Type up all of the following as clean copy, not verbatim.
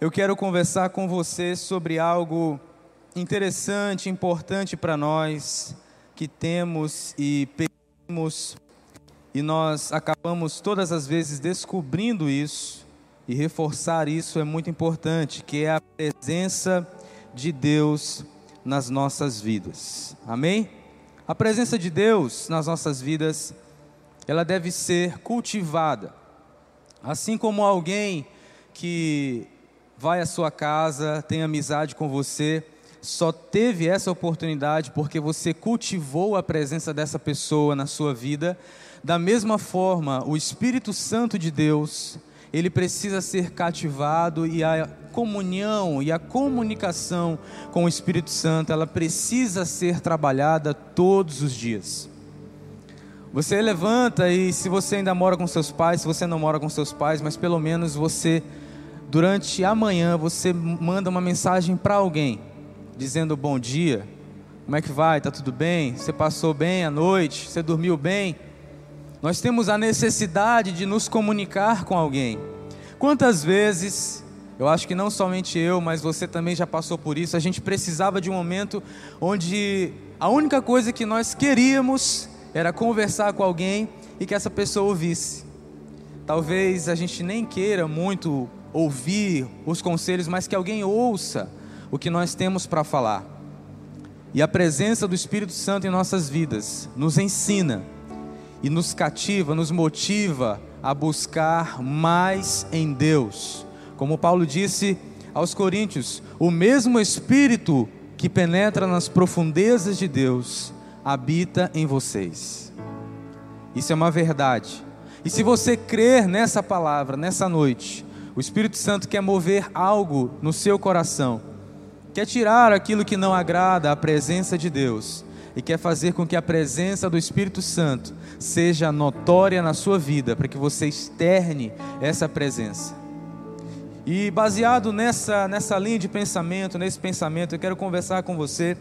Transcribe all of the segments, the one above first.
eu quero conversar com você sobre algo interessante, importante para nós, que temos e pedimos, e nós acabamos todas as vezes descobrindo isso, e reforçar isso é muito importante, que é a presença de Deus nas nossas vidas. Amém? A presença de Deus nas nossas vidas, ela deve ser cultivada. Assim como alguém que vai à sua casa, tem amizade com você, só teve essa oportunidade porque você cultivou a presença dessa pessoa na sua vida. Da mesma forma, o Espírito Santo de Deus, ele precisa ser cativado, e a comunhão e a comunicação com o Espírito Santo, ela precisa ser trabalhada todos os dias. Você levanta, e se você ainda mora com seus pais, se você não mora com seus pais, mas pelo menos você, durante a manhã, você manda uma mensagem para alguém, dizendo bom dia, como é que vai, está tudo bem, você passou bem a noite, você dormiu bem? Nós temos a necessidade de nos comunicar com alguém. Quantas vezes, eu acho que não somente eu, mas você também já passou por isso, a gente precisava de um momento onde a única coisa que nós queríamos era conversar com alguém e que essa pessoa ouvisse. Talvez a gente nem queira muito ouvir os conselhos, mas que alguém ouça o que nós temos para falar. E a presença do Espírito Santo em nossas vidas nos ensina e nos cativa, nos motiva a buscar mais em Deus. Como Paulo disse aos Coríntios, o mesmo Espírito que penetra nas profundezas de Deus habita em vocês. Isso é uma verdade. E se você crer nessa palavra, nessa noite, o Espírito Santo quer mover algo no seu coração, quer tirar aquilo que não agrada à presença de Deus, e quer fazer com que a presença do Espírito Santo seja notória na sua vida, para que você externe essa presença. E baseado nessa linha de pensamento, nesse pensamento, eu quero conversar com você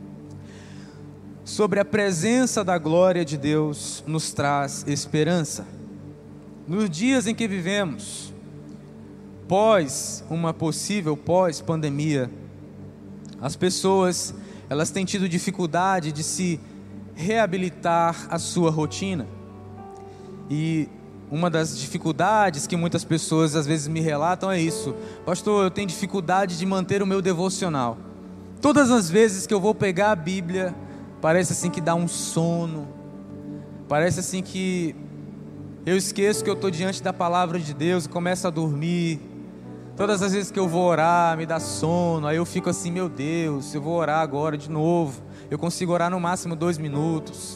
sobre a presença da glória de Deus nos traz esperança. Nos dias em que vivemos, uma possível pós-pandemia, as pessoas, elas têm tido dificuldade de se reabilitar a sua rotina. E uma das dificuldades que muitas pessoas às vezes me relatam é isso: pastor, eu tenho dificuldade de manter o meu devocional. Todas as vezes que eu vou pegar a Bíblia, parece assim que dá um sono, parece assim que eu esqueço que eu estou diante da palavra de Deus e começo a dormir. Todas as vezes que eu vou orar, me dá sono, aí eu fico assim, meu Deus, eu vou orar agora de novo, eu consigo orar no máximo 2 minutos.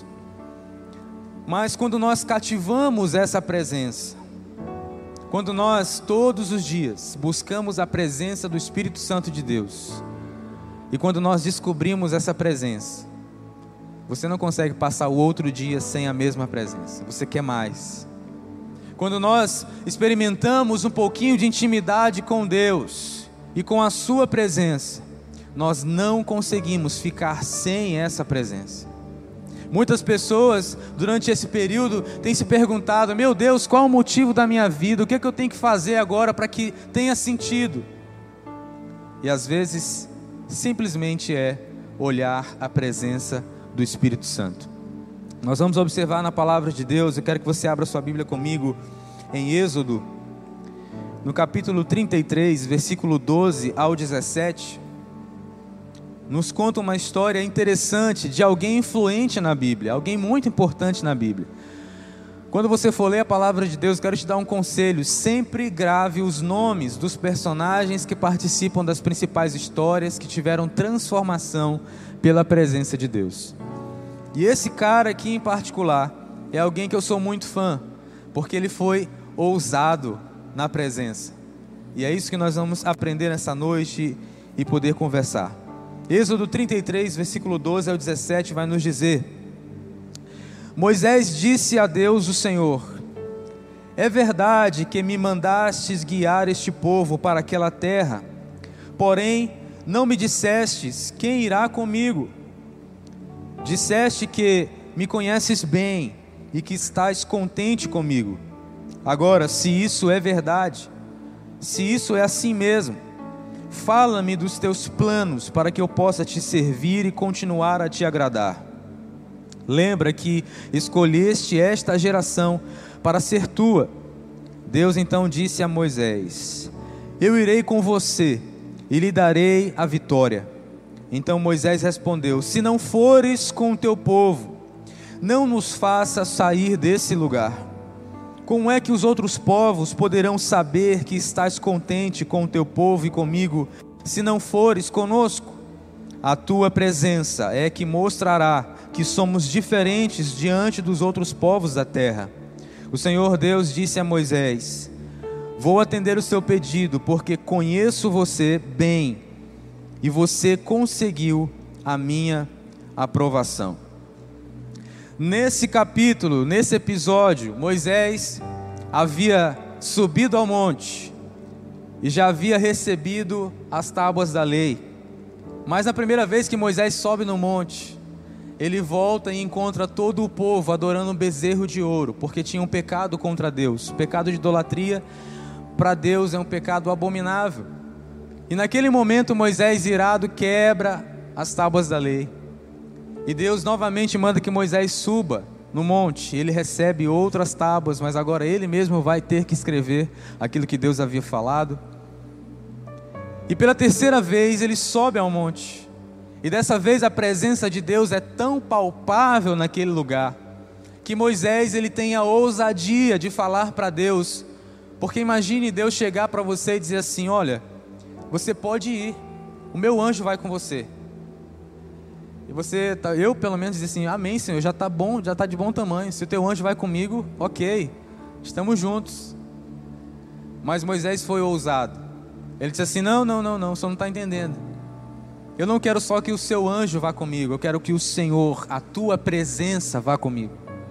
Mas quando nós cativamos essa presença, quando nós todos os dias buscamos a presença do Espírito Santo de Deus, e quando nós descobrimos essa presença, você não consegue passar o outro dia sem a mesma presença, você quer mais. Quando nós experimentamos um pouquinho de intimidade com Deus e com a sua presença, nós não conseguimos ficar sem essa presença. Muitas pessoas durante esse período têm se perguntado: meu Deus, qual o motivo da minha vida? O que é que eu tenho que fazer agora para que tenha sentido? E às vezes simplesmente é olhar a presença do Espírito Santo. Nós vamos observar na palavra de Deus. Eu quero que você abra sua Bíblia comigo em Êxodo, no capítulo 33, versículo 12 ao 17. Nos conta uma história interessante de alguém influente na Bíblia, alguém muito importante na Bíblia. Quando você for ler a palavra de Deus, eu quero te dar um conselho: sempre grave os nomes dos personagens que participam das principais histórias que tiveram transformação pela presença de Deus. E esse cara aqui em particular é alguém que eu sou muito fã, porque ele foi ousado na presença. E é isso que nós vamos aprender nessa noite e poder conversar. Êxodo 33, versículo 12 ao 17 vai nos dizer: Moisés disse a Deus o Senhor: é verdade que me mandastes guiar este povo para aquela terra, porém não me dissestes quem irá comigo. Disseste que me conheces bem e que estás contente comigo. Agora, se isso é verdade, se isso é assim mesmo, fala-me dos teus planos para que eu possa te servir e continuar a te agradar. Lembra que escolheste esta geração para ser tua. Deus então disse a Moisés: eu irei com você e lhe darei a vitória. Então Moisés respondeu: se não fores com o teu povo, não nos faça sair desse lugar. Como é que os outros povos poderão saber que estás contente com o teu povo e comigo, se não fores conosco? A tua presença é que mostrará que somos diferentes diante dos outros povos da terra. O Senhor Deus disse a Moisés: vou atender o seu pedido, porque conheço você bem, e você conseguiu a minha aprovação. Nesse capítulo, nesse episódio, Moisés havia subido ao monte e já havia recebido as tábuas da lei. Mas na primeira vez que Moisés sobe no monte, ele volta e encontra todo o povo adorando um bezerro de ouro, porque tinha um pecado contra Deus. O pecado de idolatria para Deus é um pecado abominável. E naquele momento Moisés, irado, quebra as tábuas da lei. E Deus novamente manda que Moisés suba no monte. Ele recebe outras tábuas, mas agora ele mesmo vai ter que escrever aquilo que Deus havia falado. E pela terceira vez ele sobe ao monte. E dessa vez a presença de Deus é tão palpável naquele lugar, que Moisés ele tem a ousadia de falar para Deus. Porque imagine Deus chegar para você e dizer assim: olha, você pode ir, o meu anjo vai com você. E você, eu pelo menos disse assim: amém, Senhor, já está bom, já está de bom tamanho. Se o teu anjo vai comigo, ok, estamos juntos. Mas Moisés foi ousado. Ele disse assim: não, você não está entendendo. Eu não quero só que o seu anjo vá comigo, eu quero que o Senhor, a tua presença, vá comigo.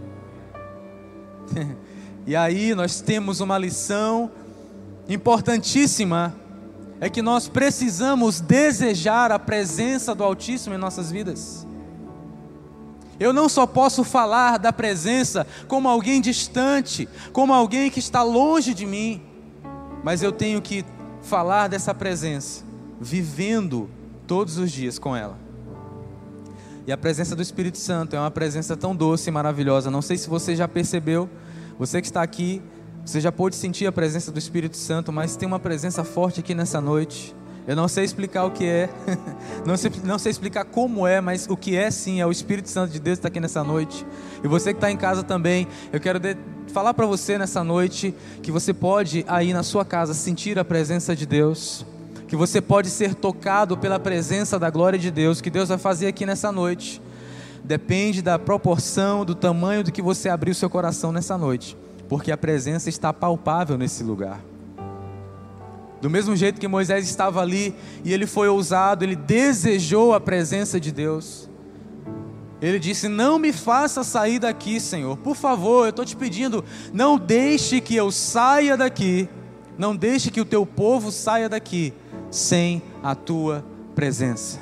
E aí nós temos uma lição importantíssima, é que nós precisamos desejar a presença do Altíssimo em nossas vidas. Eu não só posso falar da presença como alguém distante, como alguém que está longe de mim, mas eu tenho que falar dessa presença, vivendo todos os dias com ela. E a presença do Espírito Santo é uma presença tão doce e maravilhosa. Não sei se você já percebeu, você que está aqui, você já pôde sentir a presença do Espírito Santo, mas tem uma presença forte aqui nessa noite. Eu não sei explicar o que é, não sei explicar como é, mas o que é sim, é o Espírito Santo de Deus que está aqui nessa noite. E você que está em casa também, eu quero falar para você nessa noite, que você pode aí na sua casa sentir a presença de Deus, que você pode ser tocado pela presença da glória de Deus, que Deus vai fazer aqui nessa noite. Depende da proporção, do tamanho do que você abrir o seu coração nessa noite, porque a presença está palpável nesse lugar. Do mesmo jeito que Moisés estava ali e ele foi ousado, ele desejou a presença de Deus. Ele disse: não me faça sair daqui, Senhor, por favor, eu estou te pedindo, não deixe que eu saia daqui, não deixe que o teu povo saia daqui sem a tua presença.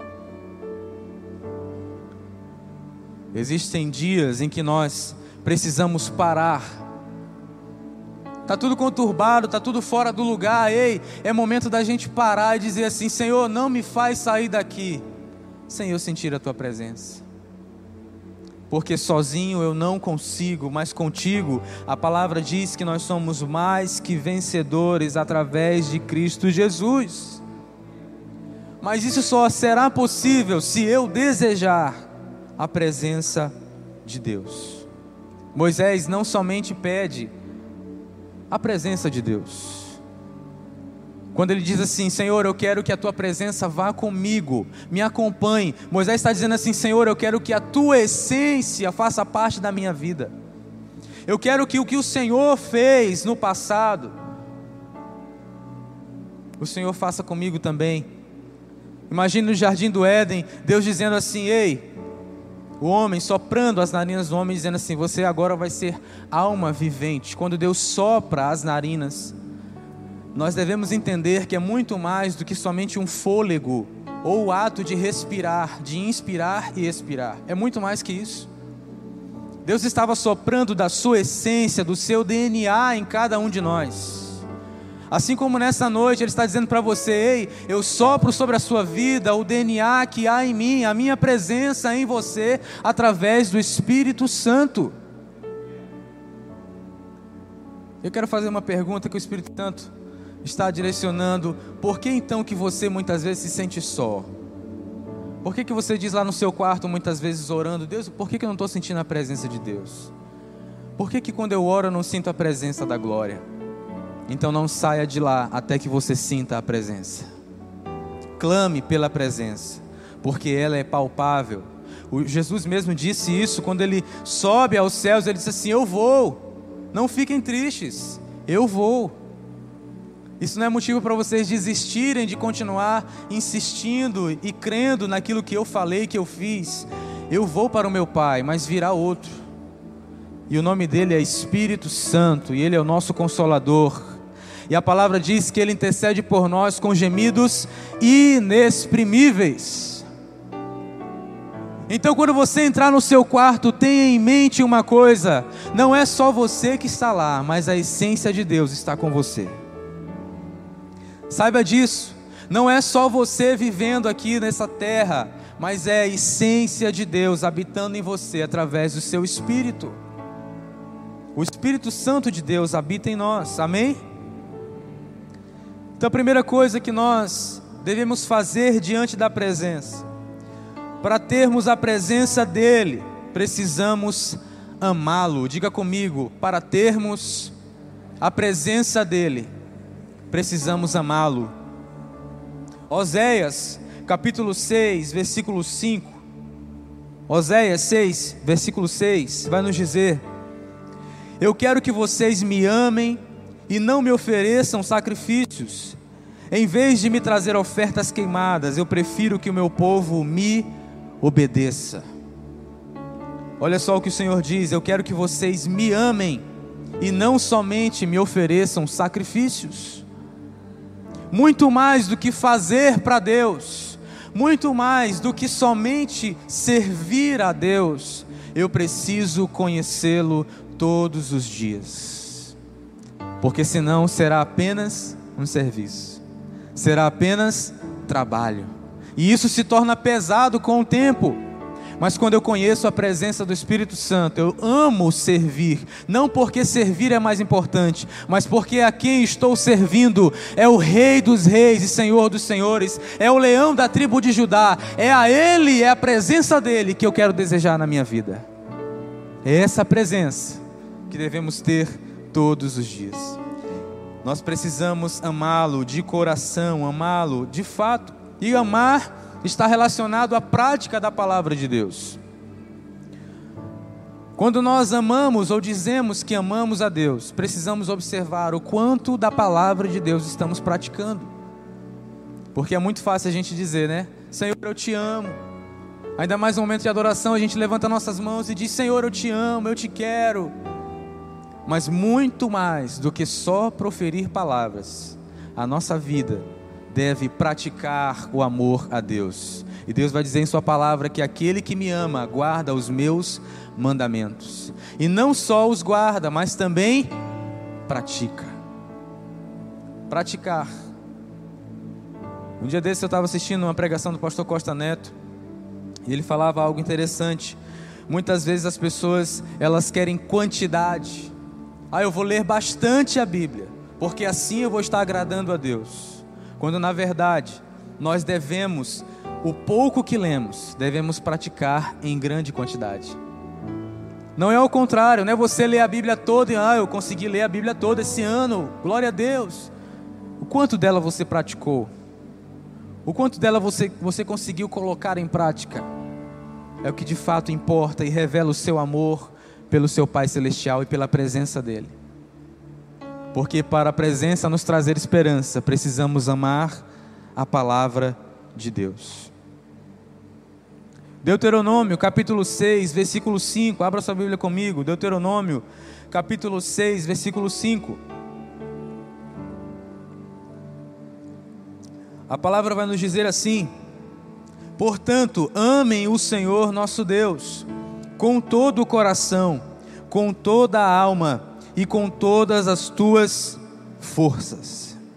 Existem dias em que nós precisamos parar. Está tudo conturbado, está tudo fora do lugar. Ei, é momento da gente parar e dizer assim: Senhor, não me faz sair daqui sem eu sentir a tua presença. Porque sozinho eu não consigo, mas contigo a palavra diz que nós somos mais que vencedores através de Cristo Jesus. Mas isso só será possível se eu desejar a presença de Deus. Moisés não somente pede a presença de Deus. Quando ele diz assim: Senhor, eu quero que a tua presença vá comigo, me acompanhe. Moisés está dizendo assim: Senhor, eu quero que a tua essência faça parte da minha vida. Eu quero que o que o Senhor fez no passado, o Senhor faça comigo também. Imagine no jardim do Éden, Deus dizendo assim: ei, o homem soprando as narinas do homem, dizendo assim: você agora vai ser alma vivente. Quando Deus sopra as narinas, nós devemos entender que é muito mais do que somente um fôlego, ou o ato de respirar, de inspirar e expirar. É muito mais que isso. Deus estava soprando da sua essência, do seu DNA em cada um de nós. Assim como nessa noite Ele está dizendo para você: ei, eu sopro sobre a sua vida o DNA que há em mim, a minha presença em você, através do Espírito Santo. Eu quero fazer uma pergunta que o Espírito Santo está direcionando: por que então que você muitas vezes se sente só? Por que você diz lá no seu quarto muitas vezes orando: Deus, por que eu não estou sentindo a presença de Deus? Por que quando eu oro eu não sinto a presença da glória? Então não saia de lá até que você sinta a presença. Clame pela presença, porque ela é palpável. Jesus mesmo disse isso quando Ele sobe aos céus. Ele disse assim: eu vou, não fiquem tristes, eu vou. Isso não é motivo para vocês desistirem de continuar insistindo e crendo naquilo que eu falei, que eu fiz. Eu vou para o meu Pai, mas virá outro, e o nome dele é Espírito Santo, e ele é o nosso Consolador. E a palavra diz que Ele intercede por nós com gemidos inexprimíveis. Então quando você entrar no seu quarto, tenha em mente uma coisa: não é só você que está lá, mas a essência de Deus está com você. Saiba disso. Não é só você vivendo aqui nessa terra, mas é a essência de Deus habitando em você através do seu Espírito. O Espírito Santo de Deus habita em nós, amém? Então a primeira coisa que nós devemos fazer diante da presença, para termos a presença dEle, precisamos amá-lo. Diga comigo: para termos a presença dEle, precisamos amá-lo. Oséias capítulo 6, versículo 5. Oséias 6, versículo 6, vai nos dizer: eu quero que vocês me amem e não me ofereçam sacrifícios. Em vez de me trazer ofertas queimadas, eu prefiro que o meu povo me obedeça. Olha só o que o Senhor diz: eu quero que vocês me amem e não somente me ofereçam sacrifícios. Muito mais do que fazer para Deus, muito mais do que somente servir a Deus, eu preciso conhecê-lo todos os dias, porque senão será apenas um serviço, será apenas trabalho, e isso se torna pesado com o tempo. Mas quando eu conheço a presença do Espírito Santo, eu amo servir, não porque servir é mais importante, mas porque a quem estou servindo é o Rei dos Reis e Senhor dos Senhores, é o leão da tribo de Judá, é a Ele, é a presença dEle que eu quero desejar na minha vida. É essa presença que devemos ter todos os dias. Nós precisamos amá-lo de coração, amá-lo de fato, e amar está relacionado à prática da palavra de Deus. Quando nós amamos ou dizemos que amamos a Deus, precisamos observar o quanto da palavra de Deus estamos praticando. Porque é muito fácil a gente dizer, né? Senhor, eu te amo. Ainda mais no momento de adoração, a gente levanta nossas mãos e diz: Senhor, eu te amo, eu te quero. Mas muito mais do que só proferir palavras, a nossa vida deve praticar o amor a Deus. E Deus vai dizer em sua palavra que aquele que me ama guarda os meus mandamentos. E não só os guarda, mas também pratica. Praticar. Um dia desse eu estava assistindo uma pregação do pastor Costa Neto, e ele falava algo interessante. Muitas vezes as pessoas, elas querem quantidade. Eu vou ler bastante a Bíblia, porque assim eu vou estar agradando a Deus. Quando na verdade, nós devemos, o pouco que lemos, devemos praticar em grande quantidade. Não é ao contrário, não é você ler a Bíblia toda e eu consegui ler a Bíblia toda esse ano, glória a Deus. O quanto dela você praticou? O quanto dela você conseguiu colocar em prática? É o que de fato importa e revela o seu amor pelo seu Pai Celestial e pela presença dEle. Porque para a presença nos trazer esperança, precisamos amar a palavra de Deus. Deuteronômio capítulo 6, versículo 5, abra sua Bíblia comigo. Deuteronômio capítulo 6, versículo 5. A palavra vai nos dizer assim: portanto, amem o Senhor nosso Deus, com todo o coração, com toda a alma e com todas as tuas forças.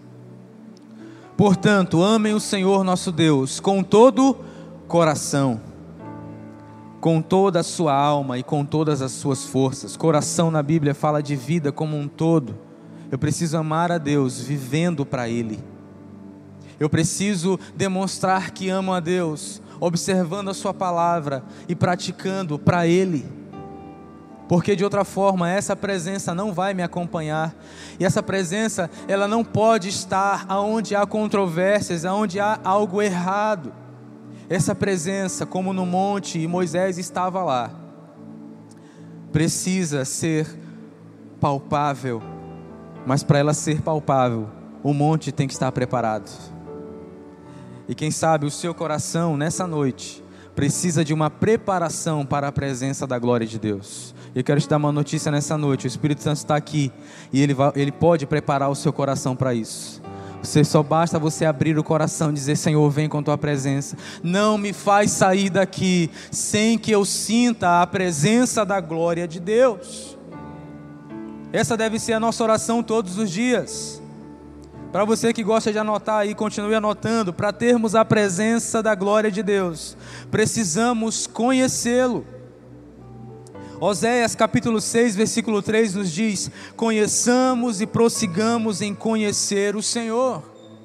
Portanto, amem o Senhor nosso Deus com todo coração, com toda a sua alma e com todas as suas forças. Coração na Bíblia fala de vida como um todo. Eu preciso amar a Deus vivendo para Ele. Eu preciso demonstrar que amo a Deus, observando a sua palavra e praticando para Ele. Porque de outra forma essa presença não vai me acompanhar. E essa presença, ela não pode estar aonde há controvérsias, aonde há algo errado. Essa presença, como no monte e Moisés estava lá, precisa ser palpável. Mas para ela ser palpável, o monte tem que estar preparado. E quem sabe o seu coração nessa noite precisa de uma preparação para a presença da glória de Deus. Eu quero te dar uma notícia nessa noite. O Espírito Santo está aqui e Ele pode preparar o seu coração para isso. Só basta você abrir o coração e dizer: Senhor, vem com tua presença. Não me faz sair daqui sem que eu sinta a presença da glória de Deus. Essa deve ser a nossa oração todos os dias. Para você que gosta de anotar aí, continue anotando. Para termos a presença da glória de Deus, precisamos conhecê-lo. Oséias capítulo 6, versículo 3 nos diz: conheçamos e prossigamos em conhecer o Senhor.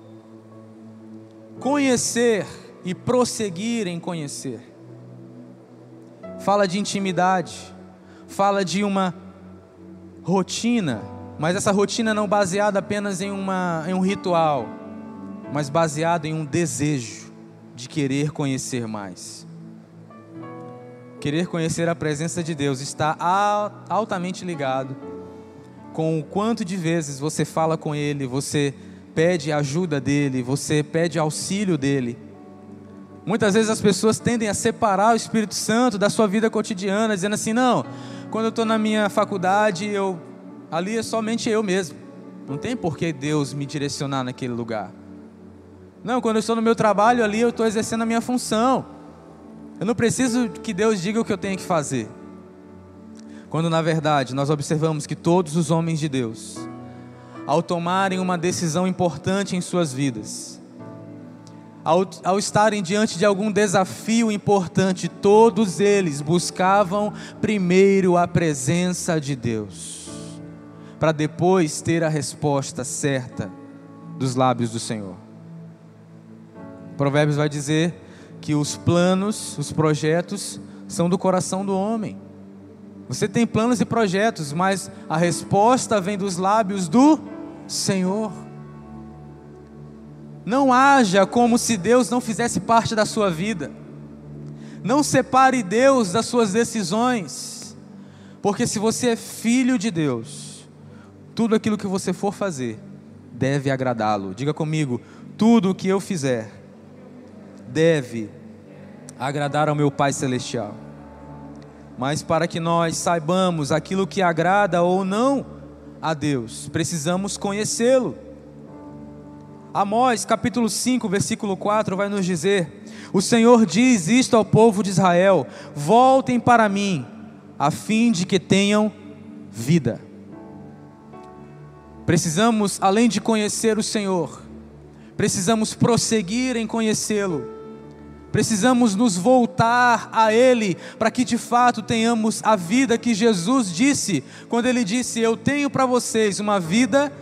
Conhecer e prosseguir em conhecer. Fala de intimidade, fala de uma rotina, mas essa rotina não baseada apenas em um ritual, mas baseada em um desejo de querer conhecer mais. Querer conhecer a presença de Deus está altamente ligado com o quanto de vezes você fala com Ele, você pede ajuda dEle, você pede auxílio dEle. Muitas vezes as pessoas tendem a separar o Espírito Santo da sua vida cotidiana, dizendo assim: não, quando eu estou na minha faculdade, ali é somente eu mesmo, não tem por que Deus me direcionar naquele lugar. Não, quando eu estou no meu trabalho, ali eu estou exercendo a minha função, eu não preciso que Deus diga o que eu tenho que fazer. Quando na verdade nós observamos que todos os homens de Deus, ao tomarem uma decisão importante em suas vidas, ao estarem diante de algum desafio importante, todos eles buscavam primeiro a presença de Deus, para depois ter a resposta certa dos lábios do Senhor. Provérbios vai dizer que os planos, os projetos são do coração do homem. Você tem planos e projetos, mas a resposta vem dos lábios do Senhor. Não haja como se Deus não fizesse parte da sua vida. Não separe Deus das suas decisões, porque se você é filho de Deus, tudo aquilo que você for fazer deve agradá-lo. Diga comigo: tudo o que eu fizer deve agradar ao meu Pai Celestial. Mas para que nós saibamos aquilo que agrada ou não a Deus, precisamos conhecê-lo. Amós capítulo 5, versículo 4 vai nos dizer: o Senhor diz isto ao povo de Israel: voltem para mim, a fim de que tenham vida. Precisamos, além de conhecer o Senhor, precisamos prosseguir em conhecê-lo. Precisamos nos voltar a Ele, para que de fato tenhamos a vida que Jesus disse, quando Ele disse: eu tenho para vocês uma vida,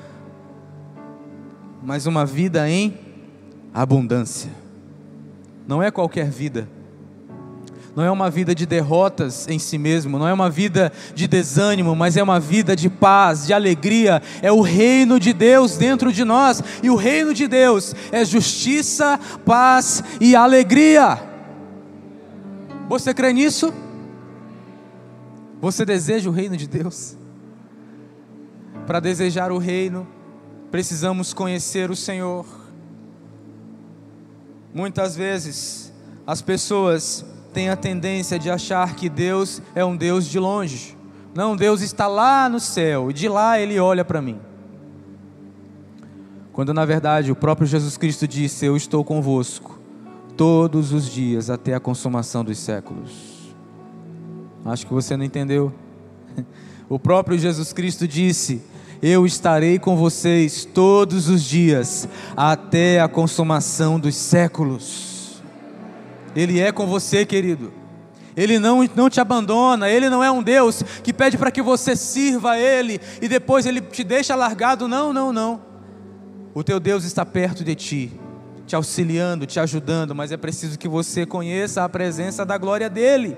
mas uma vida em abundância. Não é qualquer vida, não é uma vida de derrotas em si mesmo, não é uma vida de desânimo, mas é uma vida de paz, de alegria. É o reino de Deus dentro de nós, e o reino de Deus é justiça, paz e alegria. Você crê nisso? Você deseja o reino de Deus? Para desejar o reino, precisamos conhecer o Senhor. Muitas vezes as pessoas têm a tendência de achar que Deus é um Deus de longe. Não, Deus está lá no céu e de lá Ele olha para mim. Quando na verdade o próprio Jesus Cristo disse: eu estou convosco todos os dias até a consumação dos séculos. Acho que você não entendeu. O próprio Jesus Cristo disse: eu estarei com vocês todos os dias, até a consumação dos séculos. Ele é com você, querido. Ele não te abandona. Ele não é um Deus que pede para que você sirva a Ele e depois Ele te deixa largado. Não, não, não. O teu Deus está perto de ti, te auxiliando, te ajudando, mas é preciso que você conheça a presença da glória dEle.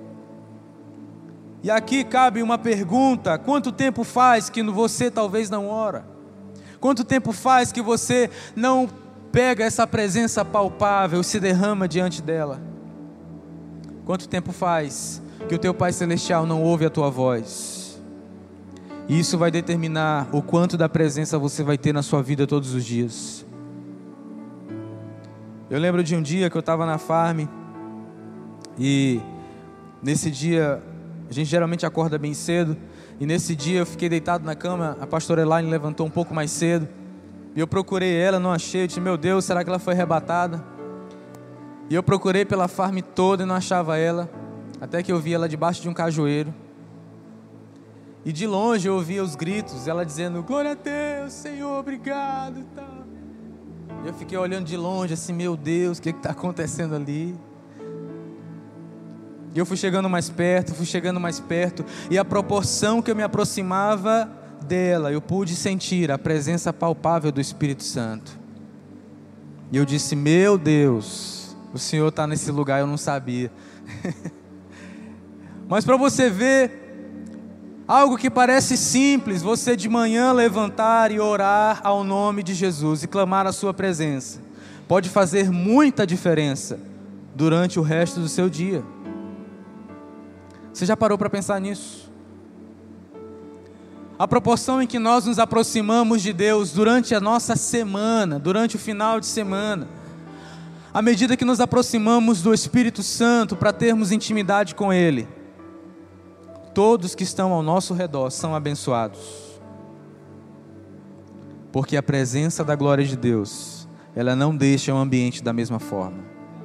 E aqui cabe uma pergunta: quanto tempo faz que você talvez não ora? Quanto tempo faz que você não pega essa presença palpável e se derrama diante dela? Quanto tempo faz que o teu Pai Celestial não ouve a tua voz? E isso vai determinar o quanto da presença você vai ter na sua vida todos os dias. Eu lembro de um dia que eu estava na farm, e nesse dia, a gente geralmente acorda bem cedo, e nesse dia eu fiquei deitado na cama, a pastora Elaine levantou um pouco mais cedo, e eu procurei ela, não achei, eu disse, meu Deus, será que ela foi arrebatada? E eu procurei pela farm toda e não achava ela, até que eu vi ela debaixo de um cajueiro. E de longe eu ouvia os gritos, ela dizendo, glória a Deus, Senhor, obrigado e tal. E eu fiquei olhando de longe assim, meu Deus, o que está acontecendo ali? E eu fui chegando mais perto, e a proporção que eu me aproximava dela, eu pude sentir a presença palpável do Espírito Santo. E eu disse, meu Deus, o Senhor está nesse lugar, eu não sabia. Mas para você ver, algo que parece simples, você de manhã levantar e orar ao nome de Jesus e clamar a sua presença, pode fazer muita diferença durante o resto do seu dia. Você já parou para pensar nisso? A proporção em que nós nos aproximamos de Deus durante a nossa semana, durante o final de semana, à medida que nos aproximamos do Espírito Santo para termos intimidade com Ele, todos que estão ao nosso redor são abençoados, porque a presença da glória de Deus, ela não deixa o ambiente da mesma forma.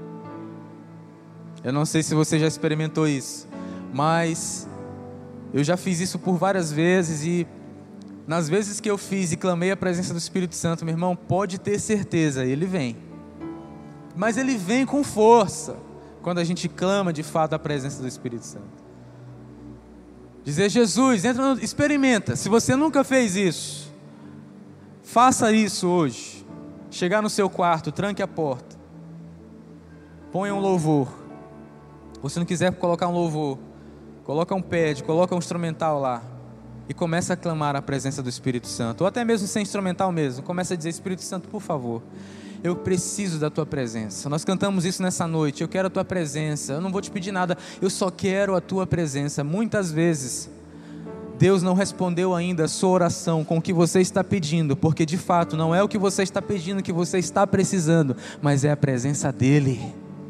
Eu não sei se você já experimentou isso, mas eu já fiz isso por várias vezes, e nas vezes que eu fiz e clamei a presença do Espírito Santo, meu irmão, pode ter certeza, Ele vem, mas Ele vem com força, quando a gente clama de fato a presença do Espírito Santo. Dizer, Jesus, experimenta, se você nunca fez isso, faça isso hoje. Chegar no seu quarto, tranque a porta, ponha um louvor, ou se não quiser colocar um louvor, coloca um pad, coloca um instrumental lá, e começa a clamar a presença do Espírito Santo, ou até mesmo sem instrumental mesmo, começa a dizer, Espírito Santo, por favor, eu preciso da tua presença. Nós cantamos isso nessa noite, eu quero a tua presença, eu não vou te pedir nada, eu só quero a tua presença. Muitas vezes Deus não respondeu ainda a sua oração com o que você está pedindo, porque de fato não é o que você está pedindo que você está precisando, mas é a presença dEle.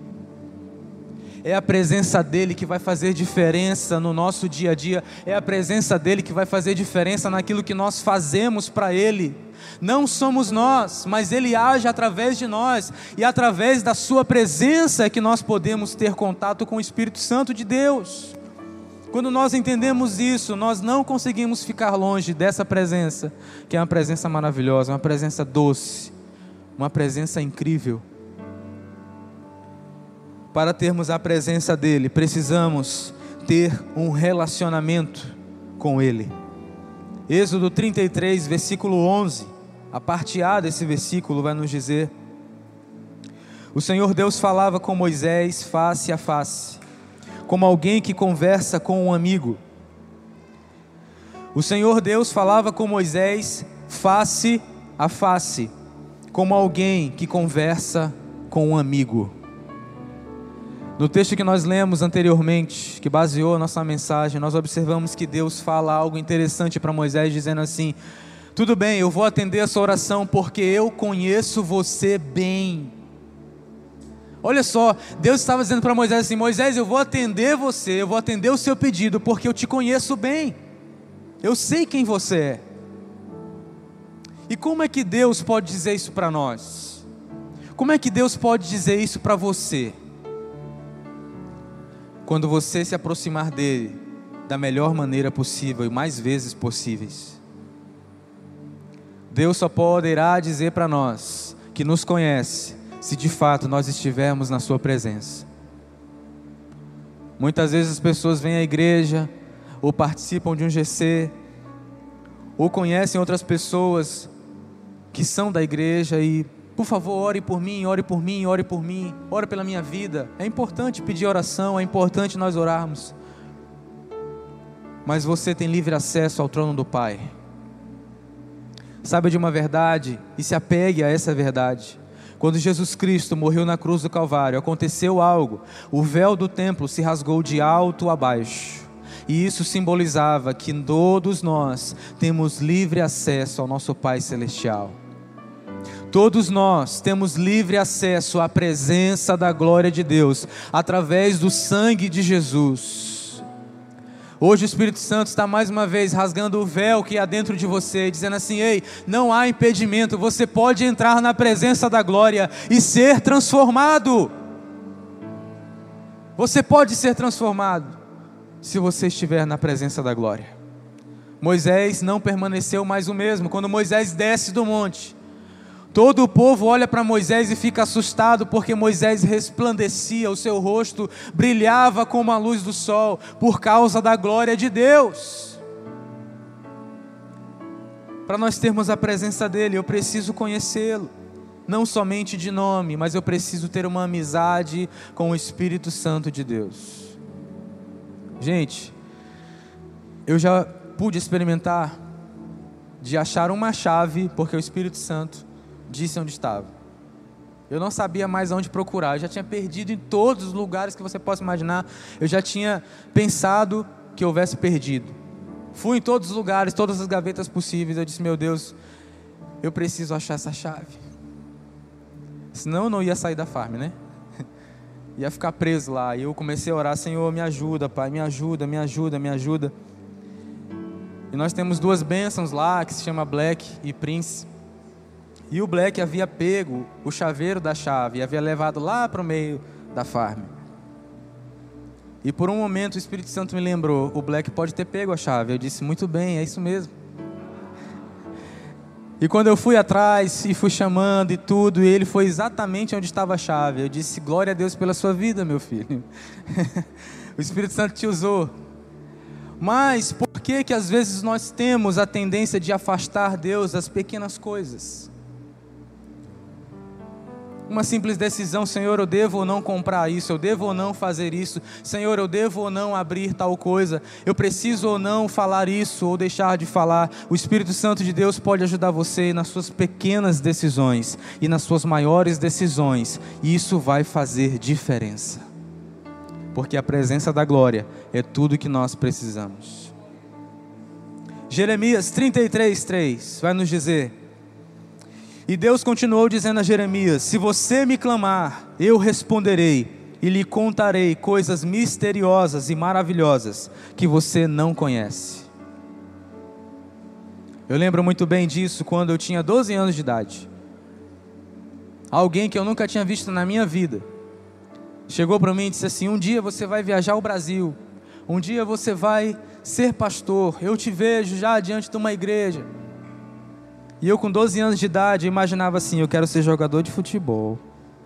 É a presença dEle que vai fazer diferença no nosso dia a dia, é a presença dEle que vai fazer diferença naquilo que nós fazemos para Ele. Não somos nós, mas Ele age através de nós, e através da sua presença é que nós podemos ter contato com o Espírito Santo de Deus. Quando nós entendemos isso, nós não conseguimos ficar longe dessa presença, que é uma presença maravilhosa, uma presença doce, uma presença incrível. Para termos a presença dEle, precisamos ter um relacionamento com Ele. Êxodo 33, versículo 11, a parte A desse versículo vai nos dizer: o Senhor Deus falava com Moisés face a face, como alguém que conversa com um amigo. O Senhor Deus falava com Moisés face a face, como alguém que conversa com um amigo. No texto que nós lemos anteriormente, que baseou a nossa mensagem, nós observamos que Deus fala algo interessante para Moisés, dizendo assim: tudo bem, eu vou atender a sua oração, porque eu conheço você bem. Olha só, Deus estava dizendo para Moisés assim: Moisés, eu vou atender você, eu vou atender o seu pedido, porque eu te conheço bem, eu sei quem você é. E como é que Deus pode dizer isso para nós? Como é que Deus pode dizer isso para você? Quando você se aproximar dEle da melhor maneira possível e mais vezes possíveis. Deus só poderá dizer para nós que nos conhece se de fato nós estivermos na sua presença. Muitas vezes as pessoas vêm à igreja, ou participam de um GC, ou conhecem outras pessoas que são da igreja e, por favor, ore por mim, ore por mim, ore por mim, ore pela minha vida. É importante pedir oração, é importante nós orarmos. Mas você tem livre acesso ao trono do Pai. Saiba de uma verdade e se apegue a essa verdade. Quando Jesus Cristo morreu na cruz do Calvário, aconteceu algo. O véu do templo se rasgou de alto a baixo. E isso simbolizava que todos nós temos livre acesso ao nosso Pai Celestial. Todos nós temos livre acesso à presença da glória de Deus, através do sangue de Jesus. Hoje o Espírito Santo está mais uma vez rasgando o véu que há dentro de você, dizendo assim: ei, não há impedimento, você pode entrar na presença da glória e ser transformado. Você pode ser transformado, se você estiver na presença da glória. Moisés não permaneceu mais o mesmo. Quando Moisés desce do monte, todo o povo olha para Moisés e fica assustado, porque Moisés resplandecia, o seu rosto brilhava como a luz do sol, por causa da glória de Deus. Para nós termos a presença dele, eu preciso conhecê-lo, não somente de nome, mas eu preciso ter uma amizade com o Espírito Santo de Deus. Gente, eu já pude experimentar de achar uma chave, porque o Espírito Santo disse onde estava. Eu não sabia mais onde procurar, eu já tinha perdido em todos os lugares que você possa imaginar. Eu já tinha pensado que houvesse perdido. Fui em todos os lugares, todas as gavetas possíveis. Eu disse: meu Deus, eu preciso achar essa chave, senão eu não ia sair da farm, né? Ia ficar preso lá. E eu comecei a orar: Senhor, me ajuda, Pai, me ajuda, me ajuda, me ajuda. E nós temos duas bênçãos lá, que se chama Black e Prince. E o Black havia pego o chaveiro da chave e havia levado lá para o meio da farm. E por um momento o Espírito Santo me lembrou: o Black pode ter pego a chave. Eu disse: muito bem, é isso mesmo. E quando eu fui atrás e fui chamando e tudo, e ele foi exatamente onde estava a chave. Eu disse: glória a Deus pela sua vida, meu filho. O Espírito Santo te usou. Mas por que que às vezes nós temos a tendência de afastar Deus das pequenas coisas? Uma simples decisão: Senhor, eu devo ou não comprar isso, eu devo ou não fazer isso, Senhor, eu devo ou não abrir tal coisa, eu preciso ou não falar isso ou deixar de falar. O Espírito Santo de Deus pode ajudar você nas suas pequenas decisões e nas suas maiores decisões, e isso vai fazer diferença, porque a presença da glória é tudo que nós precisamos. Jeremias 33:3 vai nos dizer: e Deus continuou dizendo a Jeremias: se você me clamar, eu responderei e lhe contarei coisas misteriosas e maravilhosas que você não conhece. Eu lembro muito bem disso quando eu tinha 12 anos de idade. Alguém que eu nunca tinha visto na minha vida chegou para mim e disse assim: um dia você vai viajar ao Brasil, um dia você vai ser pastor, eu te vejo já diante de uma igreja. E eu com 12 anos de idade imaginava assim: eu quero ser jogador de futebol.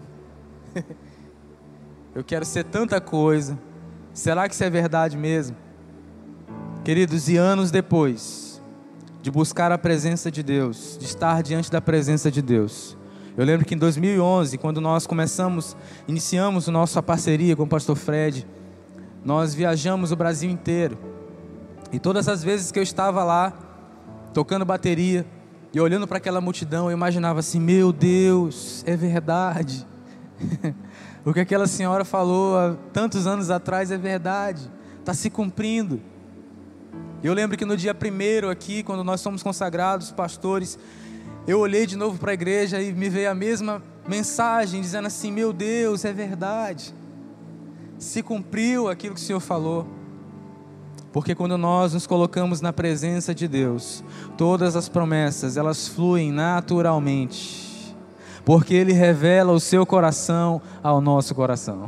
Eu quero ser tanta coisa. Será que isso é verdade mesmo? Queridos, e anos depois de buscar a presença de Deus, de estar diante da presença de Deus, eu lembro que em 2011, quando nós iniciamos a nossa parceria com o pastor Fred, nós viajamos o Brasil inteiro. E todas as vezes que eu estava lá, tocando bateria, e olhando para aquela multidão, eu imaginava assim: meu Deus, é verdade. O que aquela senhora falou há tantos anos atrás é verdade, está se cumprindo. Eu lembro que no dia 1º aqui, quando nós somos consagrados, pastores, eu olhei de novo para a igreja e me veio a mesma mensagem, dizendo assim: meu Deus, é verdade, se cumpriu aquilo que o Senhor falou. Porque quando nós nos colocamos na presença de Deus, todas as promessas, elas fluem naturalmente, porque Ele revela o seu coração ao nosso coração.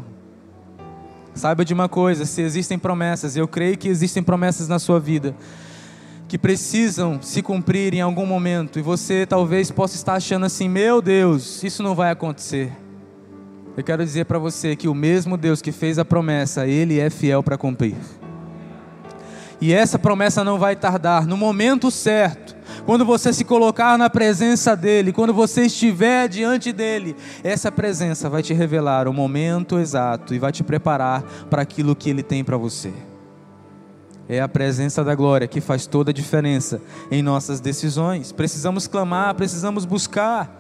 Saiba de uma coisa: se existem promessas, eu creio que existem promessas na sua vida, que precisam se cumprir em algum momento, e você talvez possa estar achando assim: meu Deus, isso não vai acontecer. Eu quero dizer para você que o mesmo Deus que fez a promessa, Ele é fiel para cumprir. E essa promessa não vai tardar. No momento certo, quando você se colocar na presença dEle, quando você estiver diante dEle, essa presença vai te revelar o momento exato e vai te preparar para aquilo que Ele tem para você. É a presença da glória que faz toda a diferença em nossas decisões. Precisamos clamar, precisamos buscar.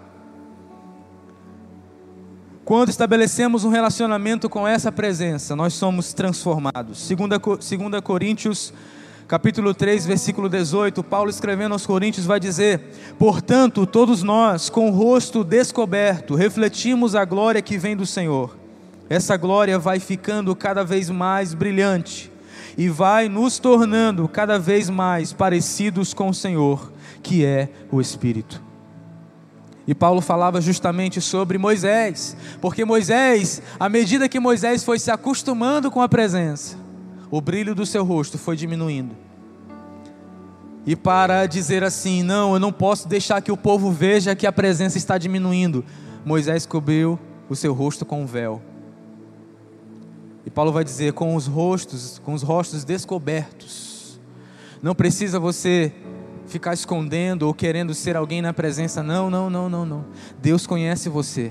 Quando estabelecemos um relacionamento com essa presença, nós somos transformados. 2 Coríntios, capítulo 3, versículo 18, Paulo escrevendo aos Coríntios vai dizer: portanto, todos nós, com o rosto descoberto, refletimos a glória que vem do Senhor. Essa glória vai ficando cada vez mais brilhante e vai nos tornando cada vez mais parecidos com o Senhor, que é o Espírito. E Paulo falava justamente sobre Moisés, porque Moisés, à medida que Moisés foi se acostumando com a presença, o brilho do seu rosto foi diminuindo. E para dizer assim: não, eu não posso deixar que o povo veja que a presença está diminuindo, Moisés cobriu o seu rosto com um véu. E Paulo vai dizer: com os rostos descobertos. Não precisa você ficar escondendo ou querendo ser alguém na presença. Não. Deus conhece você.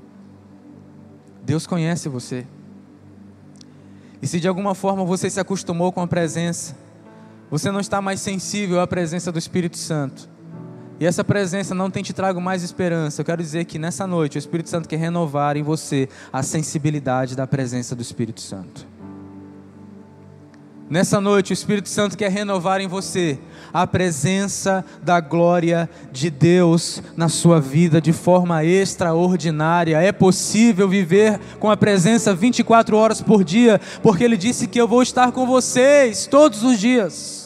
Deus conhece você. E se de alguma forma você se acostumou com a presença, você não está mais sensível à presença do Espírito Santo, e essa presença não tem te trago mais esperança, eu quero dizer que nessa noite o Espírito Santo quer renovar em você a sensibilidade da presença do Espírito Santo. Nessa noite o Espírito Santo quer renovar em você a presença da glória de Deus na sua vida de forma extraordinária. É possível viver com a presença 24 horas por dia, porque Ele disse que eu vou estar com vocês todos os dias.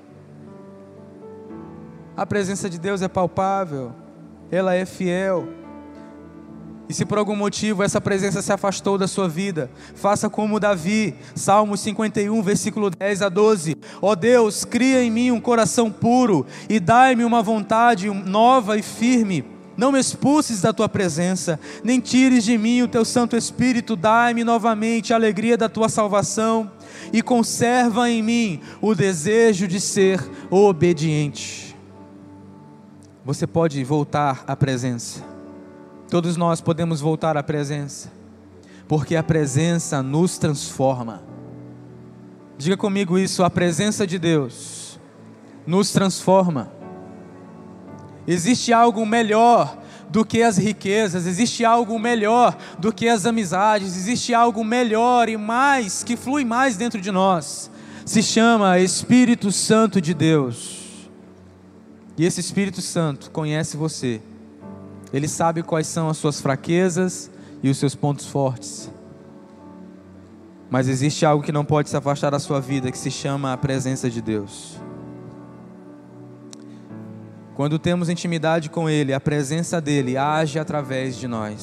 A presença de Deus é palpável, ela é fiel. E se por algum motivo essa presença se afastou da sua vida, faça como Davi, Salmo 51, versículo 10 a 12. Ó Deus, cria em mim um coração puro e dai-me uma vontade nova e firme. Não me expulses da tua presença, nem tires de mim o teu Santo Espírito. Dai-me novamente a alegria da tua salvação e conserva em mim o desejo de ser obediente. Você pode voltar à presença. Todos nós podemos voltar à presença, porque a presença nos transforma. Diga comigo isso: a presença de Deus nos transforma. Existe algo melhor do que as riquezas, existe algo melhor do que as amizades, existe algo melhor e mais, que flui mais dentro de nós. Se chama Espírito Santo de Deus. E esse Espírito Santo conhece você. Ele sabe quais são as suas fraquezas e os seus pontos fortes. Mas existe algo que não pode se afastar da sua vida, que se chama a presença de Deus. Quando temos intimidade com Ele, a presença dEle age através de nós.